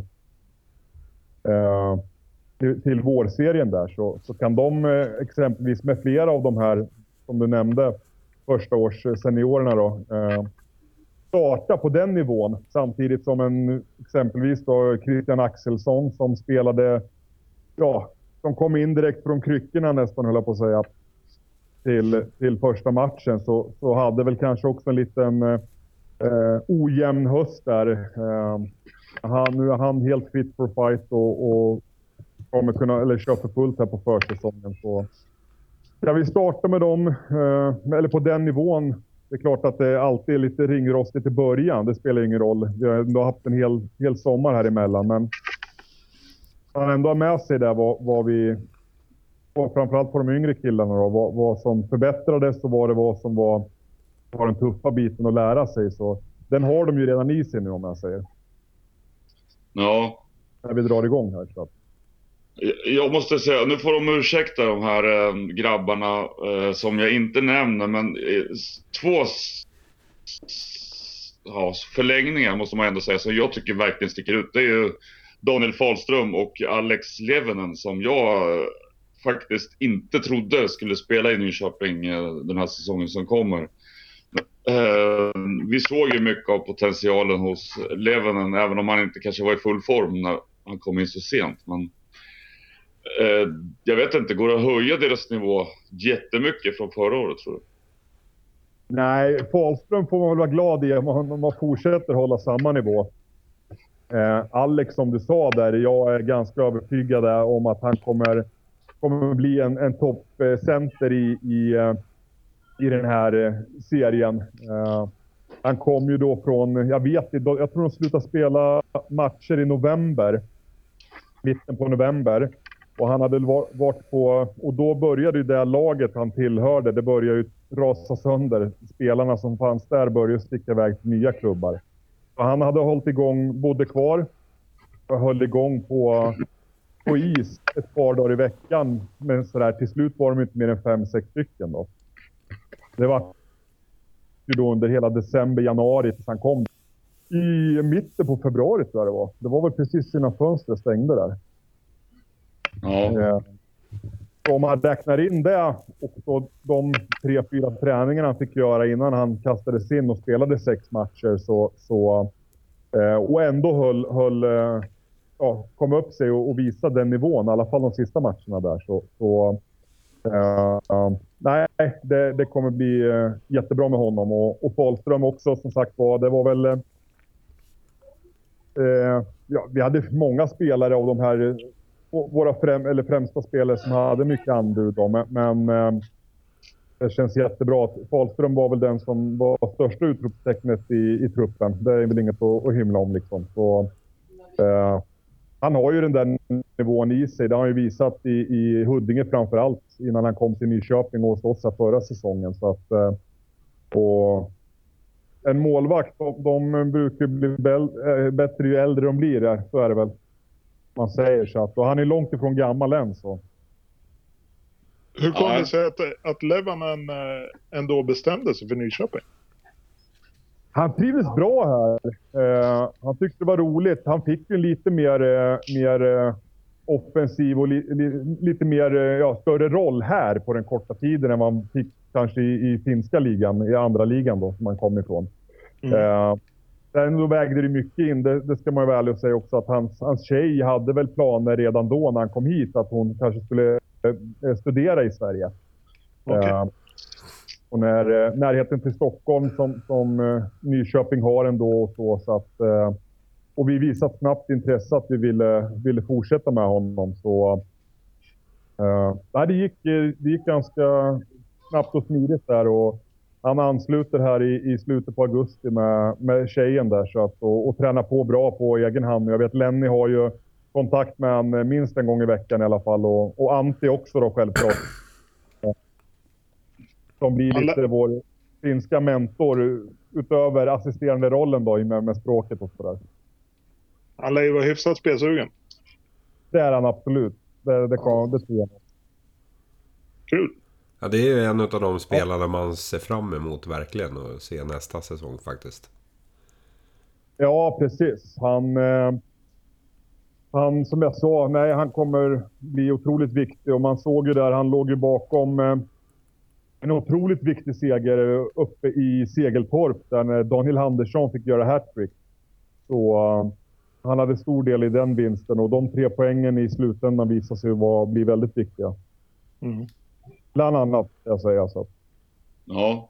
Till vårserien där så kan de exempelvis med flera av de här som du nämnde första års seniorerna då starta på den nivån samtidigt som exempelvis då Christian Axelsson som spelade, som kom in direkt från kryckorna nästan, höll jag på att säga, till första matchen, så hade väl kanske också en liten ojämn höst där. Nu är han helt fit for fight och kommer kunna köra för fullt här på försäsongen. Så kan vi starta med dem eller på den nivån. Det är klart att det alltid är lite ringrostigt i början. Det spelar ingen roll. Vi har ändå haft en hel sommar här emellan, men han ändå har med sig där vad vi, och framförallt på de yngre killarna då, vad som förbättrades och vad som var den tuffa biten att lära sig. Så den har de ju redan i sig nu, om jag säger. Ja. När vi drar igång här. Så. Jag måste säga, nu får de ursäkta de här grabbarna som jag inte nämner, men två förlängningar måste man ändå säga som jag tycker verkligen sticker ut. Det är ju Daniel Fahlström och Alex Levenen som jag faktiskt inte trodde skulle spela i Nyköping den här säsongen som kommer. Vi såg ju mycket av potentialen hos Levenen, även om han inte kanske var i full form när han kom in så sent. Men jag vet inte, går det att höja deras nivå jättemycket från förra året, tror du? Nej, Fahlström får man väl vara glad i om man fortsätter hålla samma nivå. Alex, som du sa där, jag är ganska övertygad om att han kommer bli en toppcenter i den här serien. Han kom ju då från, jag tror de slutar spela matcher i november. mitten på november. Och han hade varit på, och då började ju det laget han tillhörde, det började ju rasa sönder. Spelarna som fanns där började sticka iväg till nya klubbar. Och han hade hållit igång, bodde kvar och höll igång på is ett par dagar i veckan. Men sådär, till slut var de inte mer än 5-6 stycken då. Det var ju då under hela december, januari tills han kom. I mitten på februari tror jag det var. Det var väl precis innan fönstret stängde där. Ja. Om man räknar in det och så de 3-4 träningarna han fick göra innan han kastades in och spelade 6 matcher och ändå kom upp sig och visade den nivån, i alla fall de sista matcherna där. Nej, det kommer bli jättebra med honom. Och Fahlström också, som sagt var, det var väl... vi hade många spelare av de här, våra främsta spelare som hade mycket anbud då, men det känns jättebra att Fahlström var väl den som var största utropstecknet i truppen. Det är väl inget att hymla om liksom. Så, han har ju den där nivån i sig. Det har han ju visat i Huddinge framförallt innan han kom till Nyköping och hos oss förra säsongen. Så att, och en målvakt, de brukar bli bättre ju äldre de blir där. Så är det väl. Man säger så att, och han är långt ifrån gammal än så. Hur kommer det sig att Levanen ändå bestämde sig för Nyköping? Han trivdes bra här. Han tyckte det var roligt. Han fick ju lite mer offensiv och lite mer större roll här på den korta tiden än man fick kanske i finska ligan, i andra ligan då som man kom ifrån. Då vägde det mycket in. Det ska man ju väl säga också att hans tjej hade väl planer redan då när han kom hit att hon kanske skulle studera i Sverige. Okay. Och närheten till Stockholm som Nyköping har ändå så att och vi visat snabbt intresse att vi ville fortsätta med honom så det gick ganska snabbt och smidigt där och han ansluter här i slutet på augusti med tjejen där så att och tränar på bra på egen hand. Jag vet Lenny har ju kontakt med han minst en gång i veckan i alla fall och Antti också då självklart. Som blir lite vår finska mentor utöver assisterande rollen då med språket och sådär. Han lär ju vara hyfsat spelsugen. Det är han absolut. Det tror jag. Kul. Ja, det är ju en av de spelarna man ser fram emot verkligen och se nästa säsong faktiskt. Ja, precis. Han som jag sa, han kommer bli otroligt viktig och man såg ju där, han låg ju bakom en otroligt viktig seger uppe i Segeltorp där när Daniel Andersson fick göra hattrick. Så han hade stor del i den vinsten och de 3 poängen i slutändan visade sig bli väldigt viktiga. Bland annat, jag säger så. Ja.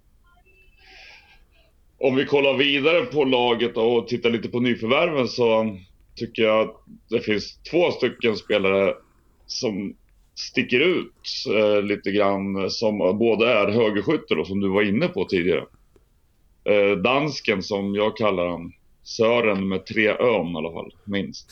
Om vi kollar vidare på laget och tittar lite på nyförvärven så tycker jag att det finns 2 stycken spelare som sticker ut lite grann som både är högerskytter och som du var inne på tidigare. Dansken som jag kallar han, Sören med 3 ön i alla fall, minst.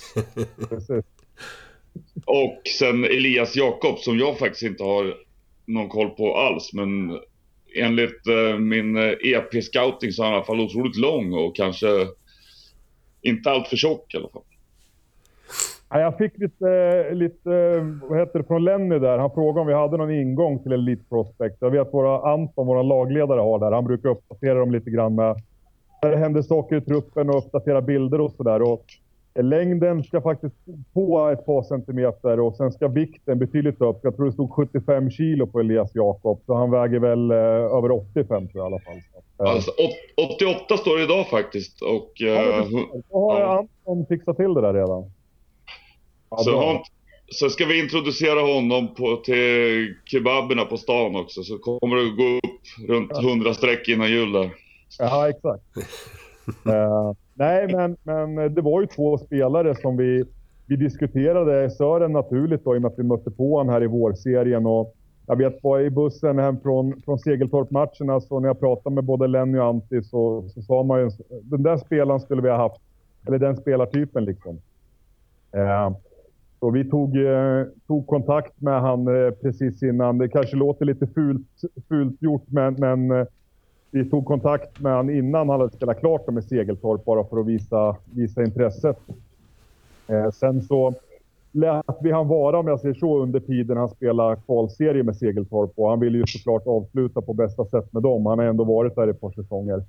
Och sen Elias Jakob som jag faktiskt inte har någon koll på alls, men enligt min EP-scouting så är han i alla fall otroligt lång och kanske inte allt för tjock i alla fall. Ja, jag fick lite vad heter det, från Lenny där. Han frågade om vi hade någon ingång till Elite Prospect. Jag vet att våra lagledare har där. Han brukar uppdatera dem lite grann med när det händer saker i truppen och uppdatera bilder och sådär. Och längden ska faktiskt på ett par centimeter och sen ska vikten betydligt upp. Jag tror det stod 75 kilo på Elias Jakob. Så han väger väl över 85 tror jag i alla fall. Alltså, 88 står det idag faktiskt. Och, då har Anton fixat till det där redan. Ja, så ska vi introducera honom till kebaberna på stan också. Så kommer det gå upp runt 100 streck innan jul där. Ja, exakt. Nej, men det var ju 2 spelare som vi diskuterade. Sören naturligt då, i och med att vi mötte på han här i vårserien. Och jag vet bara i bussen hem från Segeltorp-matcherna så när jag pratade med både Lenny och Antti så sa man ju den där spelaren skulle vi ha haft. Eller den spelartypen liksom. Så vi tog kontakt med han precis innan. Det kanske låter lite fult gjort, men vi tog kontakt med han innan han hade spelat klart med Segeltorp bara för att visa intresset. Sen så lät vi han vara, om jag säger så, under tiden han spelade kvalserie med Segeltorp. Och han ville ju såklart avsluta på bästa sätt med dem. Han har ändå varit där i ett par säsonger.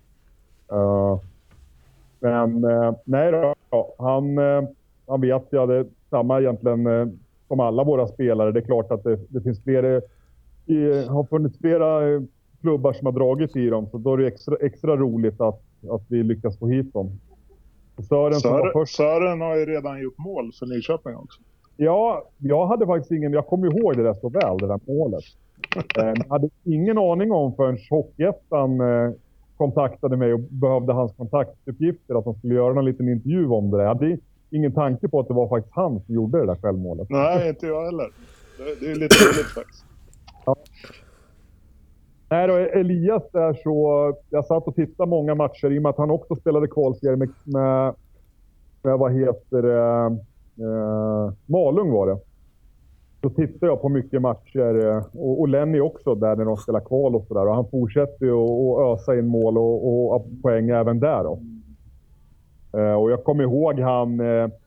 Men nej då, han vet ju det samma egentligen som alla våra spelare. Det är klart att det finns har funnits flera klubbar som har dragit i dem. Så då är det extra roligt att vi lyckas få hit dem. Sören har ju redan gjort mål för Nyköping också. Ja, jag hade faktiskt jag kommer ihåg det där så väl, det där målet. Jag hade ingen aning om förrän Hockeyettan kontaktade mig och behövde hans kontaktuppgifter, att de skulle göra en liten intervju om det där. Jag hade ingen tanke på att det var faktiskt han som gjorde det där självmålet. Nej, inte jag heller. Det är lite roligt faktiskt. Ja. Nej då, Elias där så... Jag satt och tittade många matcher i och med att han också spelade kvalserie med vad heter det... Malung var det. Så tittade jag på mycket matcher och Lenny också där när de spelar kval och sådär. Och han fortsätter ju att ösa in mål och poäng även där då. Och jag kommer ihåg han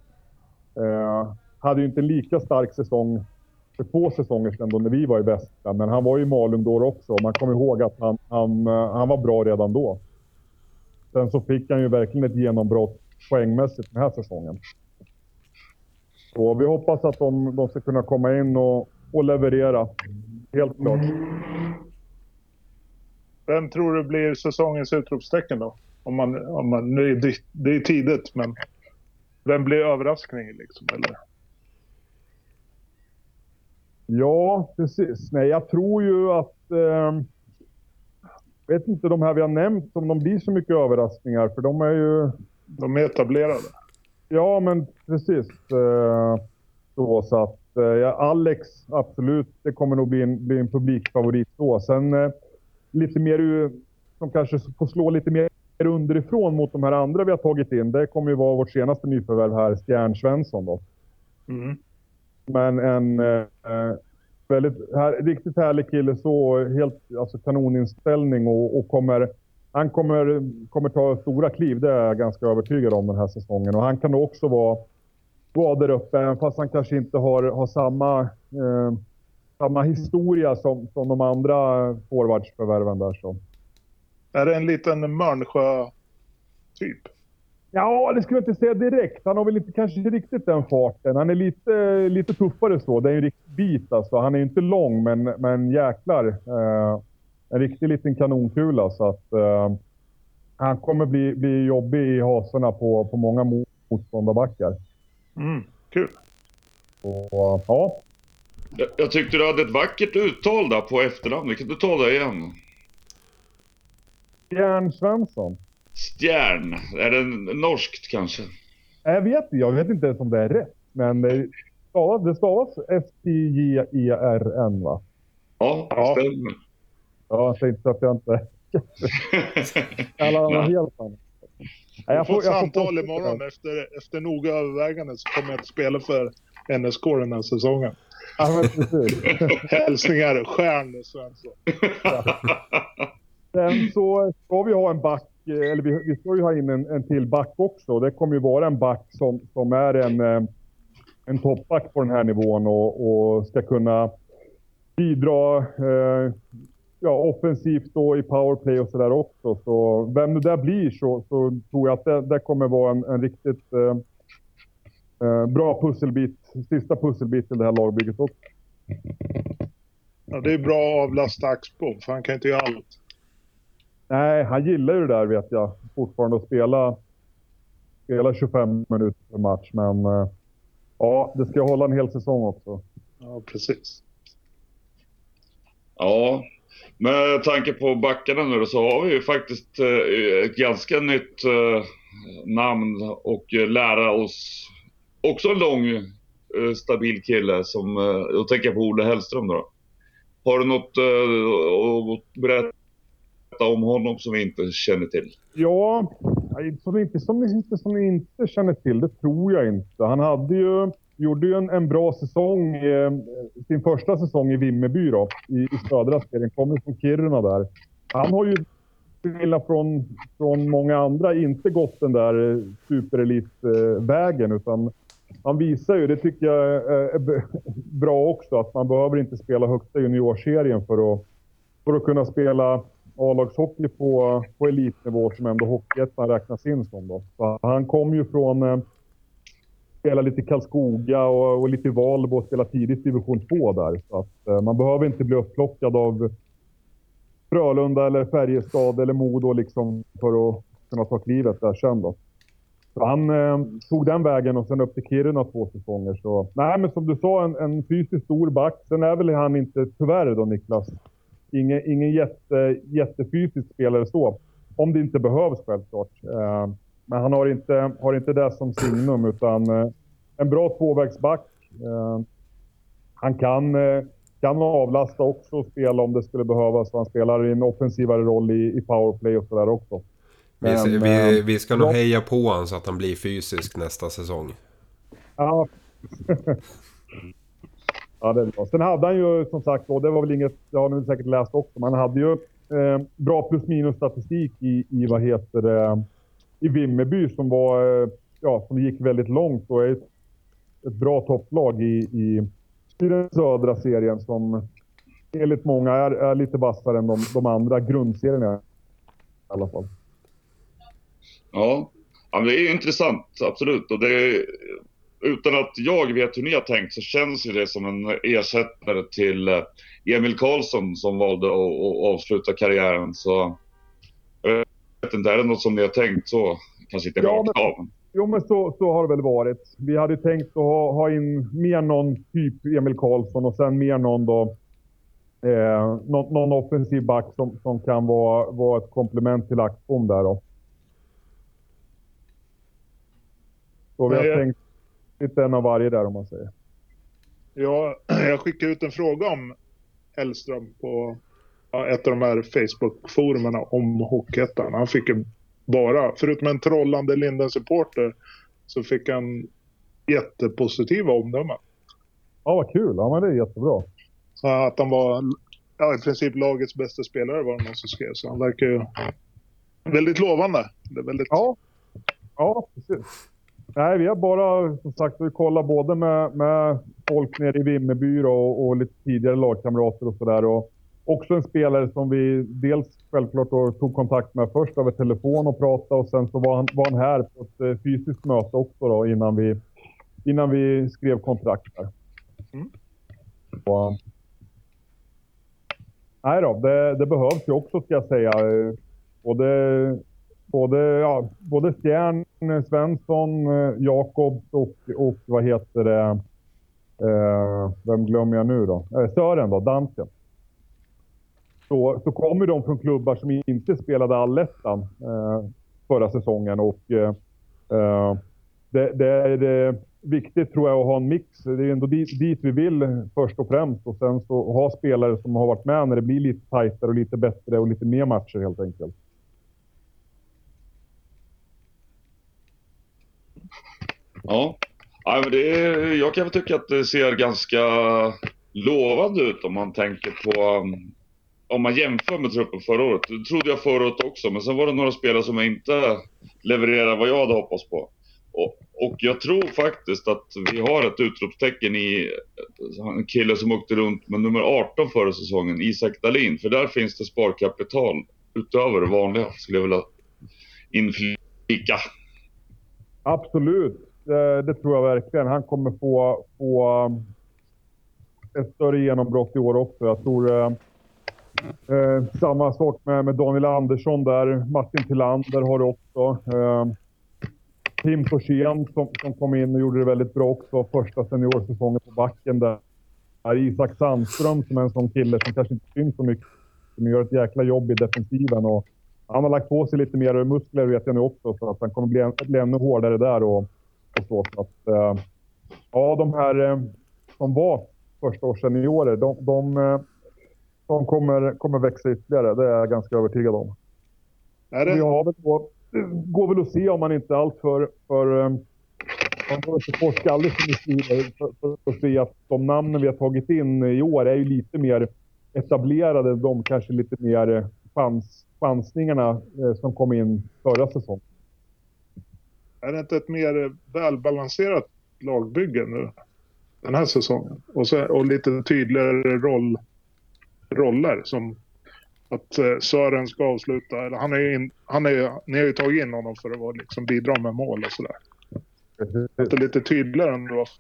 hade ju inte en lika stark säsong för 2 säsonger sedan då när vi var i bästa. Men han var ju i Malung då också. Man kommer ihåg att han var bra redan då. Sen så fick han ju verkligen ett genombrott poängmässigt den här säsongen. Så vi hoppas att de ska kunna komma in och leverera. Helt klart. Vem tror du blir säsongens utropstecken då? Om man nu är det är tidigt, men vem blir överraskningen liksom, eller? Ja, precis. Nej, jag tror ju att vet inte de här vi har nämnt om de blir så mycket överraskningar, för de är etablerade. Ja, men precis. Så att Alex, absolut, det kommer nog bli en publikfavorit då. Sen lite mer som kanske får slå lite mer underifrån mot de här andra vi har tagit in. Det kommer ju vara vårt senaste nyförvärv här, Stjärn Svensson då. Mm. Men en väldigt riktigt härlig kille, så helt alltså kanoninställning och han kommer ta stora kliv, det är jag ganska övertygad om den här säsongen. Och han kan också vara där uppe, även fast han kanske inte har samma historia som de andra forwardsförvärven där. Så. Är det en liten Mörnsjö-typ? Ja, det skulle jag inte säga direkt. Han har väl inte kanske riktigt den farten. Han är lite tuffare så. Det är en riktig bit alltså. Han är inte lång, men jäklar. En riktig liten kanonkula. Så att han kommer bli jobbig i hasorna på många motståndarbackar. Kul. Och, ja. Jag tyckte du hade ett vackert uttal där på efternamn. Vilket du tar det igen? Stjärn Svensson. Stjärn. Är det norskt kanske? Jag vet inte ens om det är rätt. Men det stavas S-T-J-E-R-N, va? Ja, det stämmer. Ja, jag tänkte att jag inte... Alla helt annat. Jag får samtal imorgon efter noga övervägande, så kommer jag att spela för NSK den här säsongen. Ja, men precis. Hälsningar, Stjärn Svensson. Ja. Sen så ska vi ha en back, eller vi ska ju ha in en till back också. Det kommer ju vara en back som är en toppback på den här nivån och ska kunna bidra offensivt då i powerplay och sådär också. Så vem det där blir så tror jag att det kommer vara en riktigt bra pusselbit, sista pusselbit till det här lagbygget också. Ja, det är bra att avlasta Axbom, för han kan inte göra allt. Nej, han gillar ju det där, vet jag. Fortfarande att spela 25 minuter per match. Men ja, det ska hålla en hel säsong också. Ja, precis. Ja, med tanke på backarna nu så har vi ju faktiskt ett ganska nytt namn och lära oss. Också en lång, stabil kille som, jag tänker på Olle Hellström då. Har du något att berätta om honom som vi inte känner till? Ja, som ni inte känner till, det tror jag inte. Han hade ju gjorde ju en bra säsong, sin första säsong i Vimmerby då, i södra serien. Kommer från Kiruna där. Han har ju från många andra inte gått den där superelitvägen, utan han visar ju, det tycker jag är bra också, att man behöver inte spela högsta juniorserien för att kunna spela A-lagshockey på elitnivå, som ändå Hockeyettan räknas in som då. Så han kom ju från spela lite i Karlskoga och lite i Valbo och spela tidigt division 2 där. Så att man behöver inte bli upplockad av Frölunda eller Färjestad eller Modo liksom för att kunna ta klivet där sen då. Så han tog den vägen och sen upp till Kiruna 2 säsonger. Så nej, men som du sa, en fysiskt stor back. Sen är väl han inte, tyvärr då Niklas, ingen jättefysisk spelare så. Om det inte behövs självklart. Men han har inte det som signum, utan en bra tvåvägsback. Han kan avlasta också och spela om det skulle behövas. Han spelar i en offensivare roll i powerplay och sådär också. Vi ska nog heja på honom så att han blir fysisk nästa säsong. Ja. Ja, det är bra. Sen hade han ju som sagt, och det var väl inget, jag har nog säkert läst också, men han hade ju bra plus minus statistik i vad heter det, i Vimmerby som var, som gick väldigt långt och är ett bra topplag i den södra serien som enligt många är lite vassare än de andra grundserierna i alla fall. Ja, det är ju intressant, absolut. Och utan att jag vet hur ni har tänkt så känns ju det som en ersättare till Emil Karlsson som valde att avsluta karriären. Så jag vet inte, är det något som ni har tänkt så? Kanske inte rakt av. Jo, men så har det väl varit. Vi hade tänkt att ha in mer någon typ Emil Karlsson och sen mer någon då någon offensiv back som kan vara ett komplement till Axbom där då. Så vi har tänkt lite en av varje där om man säger. Ja, jag skickade ut en fråga om Hellström på ett av de här Facebook-forumerna om Hockeyettan. Han fick ju bara, förutom en trollande Linden-supporter, så fick han jättepositiva omdömen. Ja, vad kul. Ja, men det är jättebra. Så att han var i princip lagets bästa spelare var det någon som skrev. Så han verkar ju väldigt lovande. Det är väldigt... Ja, precis. Nej, vi har bara som sagt kollat både med folk nere i Vimmerby och lite tidigare lagkamrater och sådär. Och också en spelare som vi dels självklart tog kontakt med först över telefon och pratade, och sen så var han här på ett fysiskt möte också då innan vi skrev kontrakt där. Och, nej då, det behövs ju också, ska jag säga. Både Stjärn, Svensson, Jakobs och vad heter det, vem glömmer jag nu då? Sören då, Dansken. Så kommer de från klubbar som inte spelade allettan förra säsongen, och det är viktigt tror jag att ha en mix. Det är ändå dit vi vill först och främst, och sen så ha spelare som har varit med när det blir lite tajtare och lite bättre och lite mer matcher helt enkelt. Ja, men jag kan väl tycka att det ser ganska lovande ut om man tänker på, om man jämför med truppen förra året. Det trodde jag förra året också, men sen var det några spelare som inte levererade vad jag hade hoppats på. Och jag tror faktiskt att vi har ett utropstecken i en kille som åkte runt med nummer 18 förra säsongen, Isak Dahlin. För där finns det sparkapital utöver det vanliga, skulle jag vilja inflika. Absolut. Det tror jag verkligen. Han kommer få ett större genombrott i år också. Jag tror samma sak med Daniel Andersson där. Martin Tillander har det också. Tim Torsén som kom in och gjorde det väldigt bra också. Första seniorsäsongen på backen där. Isak Sandström som är en sån kille som kanske inte syns så mycket. Som gör ett jäkla jobb i defensiven. Och han har lagt på sig lite mer muskler vet jag nu också. Så att han kommer bli ännu hårdare där och så att de här som var första års seniorer, de kommer växa ytterligare. Det är jag ganska övertygad om. Vi har väl går väl att se om man inte allt för man får inte forska alldeles för mycket för att se att de namnen vi har tagit in i år är ju lite mer etablerade. De kanske lite mer chansningarna som kom in förra säsongen. Är det inte ett mer välbalanserat lagbygge nu den här säsongen? Och lite tydligare roller som att Sören ska avsluta. Eller ni har ju tagit in honom för att vara, liksom, bidra med mål och sådär. Det är lite tydligare än det var.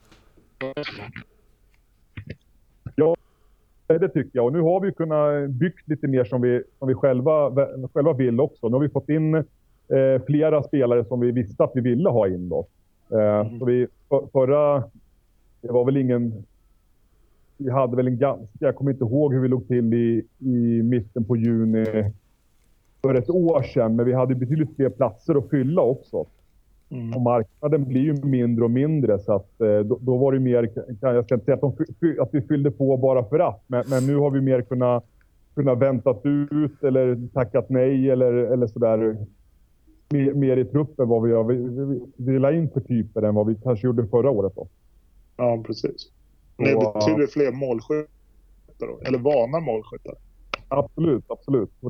Ja, det tycker jag. Och nu har vi kunnat byggt lite mer som vi själva vill också. Nu har vi fått in flera spelare som vi visste att vi ville ha in då. Så det var väl vi hade väl jag kommer inte ihåg hur vi låg till i mitten på juni för ett år sedan, men vi hade betydligt fler platser att fylla också. Och marknaden blir ju mindre och mindre, så att då var det mer, jag ska inte säga att vi fyllde på bara för att, men nu har vi mer kunnat väntat ut eller tackat nej eller sådär mer i truppen vad vi la in för typer än vad vi kanske gjorde förra året då. Ja, precis. Det är betydligt fler målskyttar då, eller vana målskyttar. Absolut. Och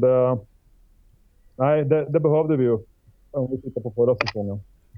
det behövde vi ju om vi tittar på förra säsongen.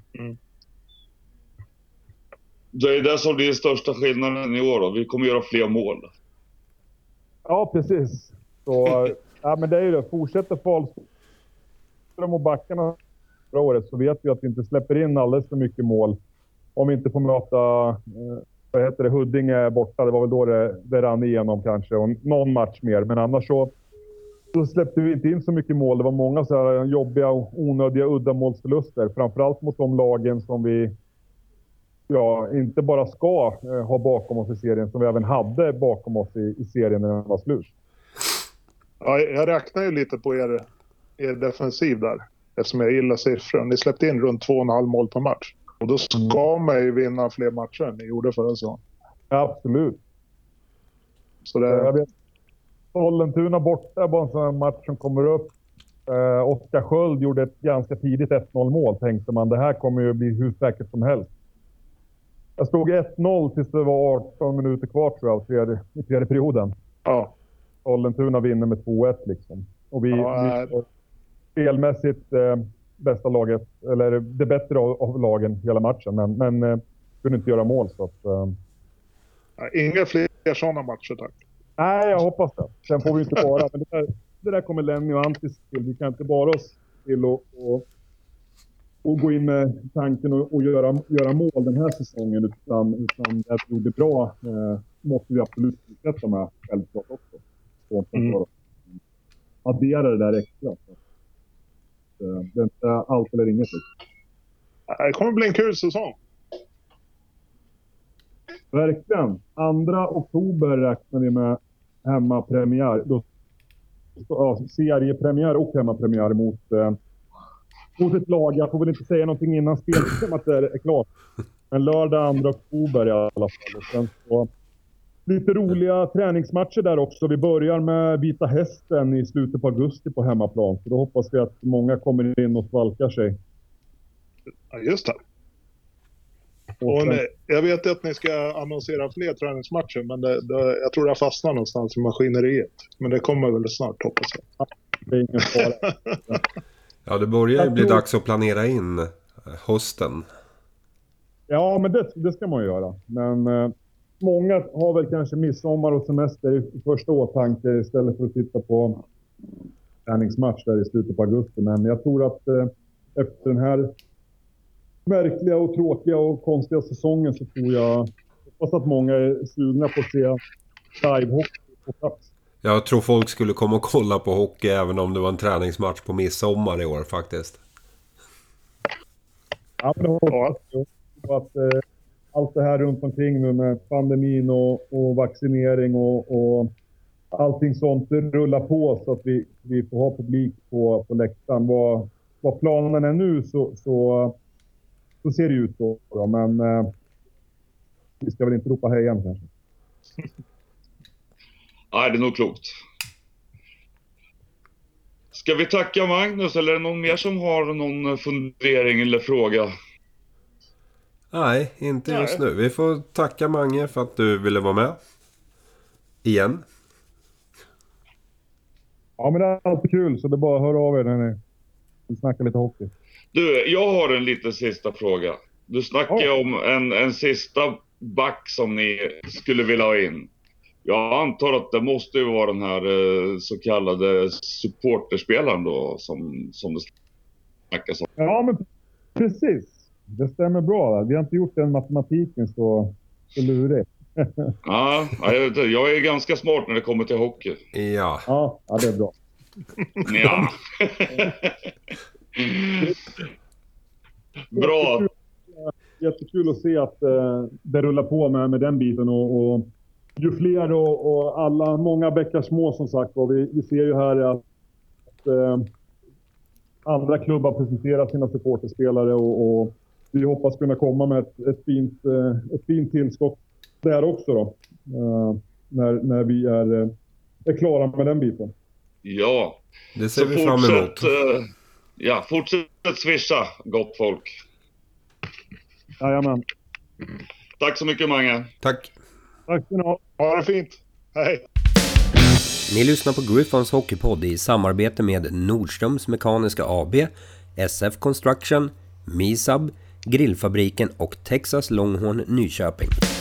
Det är det som blir den största skillnaden i år då. Vi kommer göra fler mål. Ja, precis. Så, men det är ju det. Fortsätter Fahlström och backarna förra året, så vet vi att vi inte släpper in alldeles för mycket mål. Om vi inte får möta Huddinge borta. Det var väl då det rann igenom kanske. Och någon match mer. Men annars så släppte vi inte in så mycket mål. Det var många så här jobbiga och onödiga uddamålsförluster. Framförallt mot de lagen som vi inte bara ska ha bakom oss i serien, som vi även hade bakom oss i serien när den var slut. Ja, jag räknar ju lite på er defensiv där. Eftersom jag gillar siffran. Ni släppte in runt 2,5 mål per match. Och då ska man ju vinna fler matcher än ni gjorde förra säsongen. Absolut. Så det... Jag vet, Sollentuna borta var en sån här match som kommer upp. Oskar Sköld gjorde ett ganska tidigt 1-0 mål, tänkte man. Det här kommer ju bli hur säkert som helst. Jag stod 1-0 tills det var 18 minuter kvar, tror jag, i tredje perioden. Ja. Sollentuna vinner med 2-1 liksom. Och vi spelmässigt bästa laget, eller det bättre av lagen hela matchen, men kunde inte göra mål, så att... Inga fler sådana matcher, tack. Nej, jag hoppas det. Sen får vi inte bara, men det där kommer Lenny och Antis till. Vi kan inte bara oss till och gå in med tanken och göra mål den här säsongen, utan det vi gjorde bra måste vi absolut fortsätta med, självklart också. Så addera det där extra. Det är inte allt eller inget. Det kommer bli en kul säsong. Verkligen. 2 oktober räknar vi med hemmapremiär. Seriepremiär och hemmapremiär mot ett lag. Jag får väl inte säga någonting innan spelschemat är klart. Men lördag 2 oktober i alla fall. Och sen så lite roliga träningsmatcher där också. Vi börjar med Vita Hästen i slutet på augusti på hemmaplan. Så då hoppas vi att många kommer in och svalkar sig. Ja, just det. Och jag vet att ni ska annonsera fler träningsmatcher, men jag tror det fastnar någonstans i maskineriet. Men det kommer väl snart, hoppas jag. Det är ingen fara. Ja, det börjar ju bli dags att planera in hösten. Ja, men det ska man göra. Men många har väl kanske midsommar och semester i första åtanke istället för att titta på träningsmatch där i slutet på augusti. Men jag tror att efter den här märkliga och tråkiga och konstiga säsongen så tror jag att många är sugna på att se live-hockey på plats. Jag tror folk skulle komma och kolla på hockey även om det var en träningsmatch på midsommar i år faktiskt. Ja, men det hoppas jag. Att allt det här runt omkring nu med pandemin och vaccinering och allting sånt rullar på, så att vi får ha publik på läktaren. Vad planen är nu så ser det ut då. Men vi ska väl inte ropa hej igen kanske. Nej, det är nog klokt. Ska vi tacka Magnus, eller är det någon mer som har någon fundering eller fråga? Nej, inte just nu. Vi får tacka Mange för att du ville vara med. Igen. Ja, men det är alltid kul, så det är bara att höra av er när ni vill snacka lite hockey. Du, jag har en liten sista fråga. Du snackar om en sista back som ni skulle vilja ha in. Jag antar att det måste ju vara den här så kallade supporterspelaren då som det snackas om. Ja, men precis. Det stämmer bra. Vi har inte gjort den matematiken så lurigt. Ja, jag är ganska smart när det kommer till hockey. Ja. Ja, det är bra. Ja. Bra. Jättekul att se att det rullar på med den biten och ju fler och alla, många bäckar små som sagt. Och vi ser ju här att andra klubbar presenterar sina supporterspelare och vi hoppas kunna komma med ett fint tillskott där också då. När vi är klara med den biten. Ja, det ser vi fram emot. Fortsätt swisha, gott folk. Jajamän. Tack så mycket, Mange. Tack. Tack ska ni ha. Ha det fint. Hej. Ni lyssnar på Griffons Hockeypodd i samarbete med Nordströms Mekaniska AB, SF Construction, Misab, Grillfabriken och Texas Longhorn Nyköping.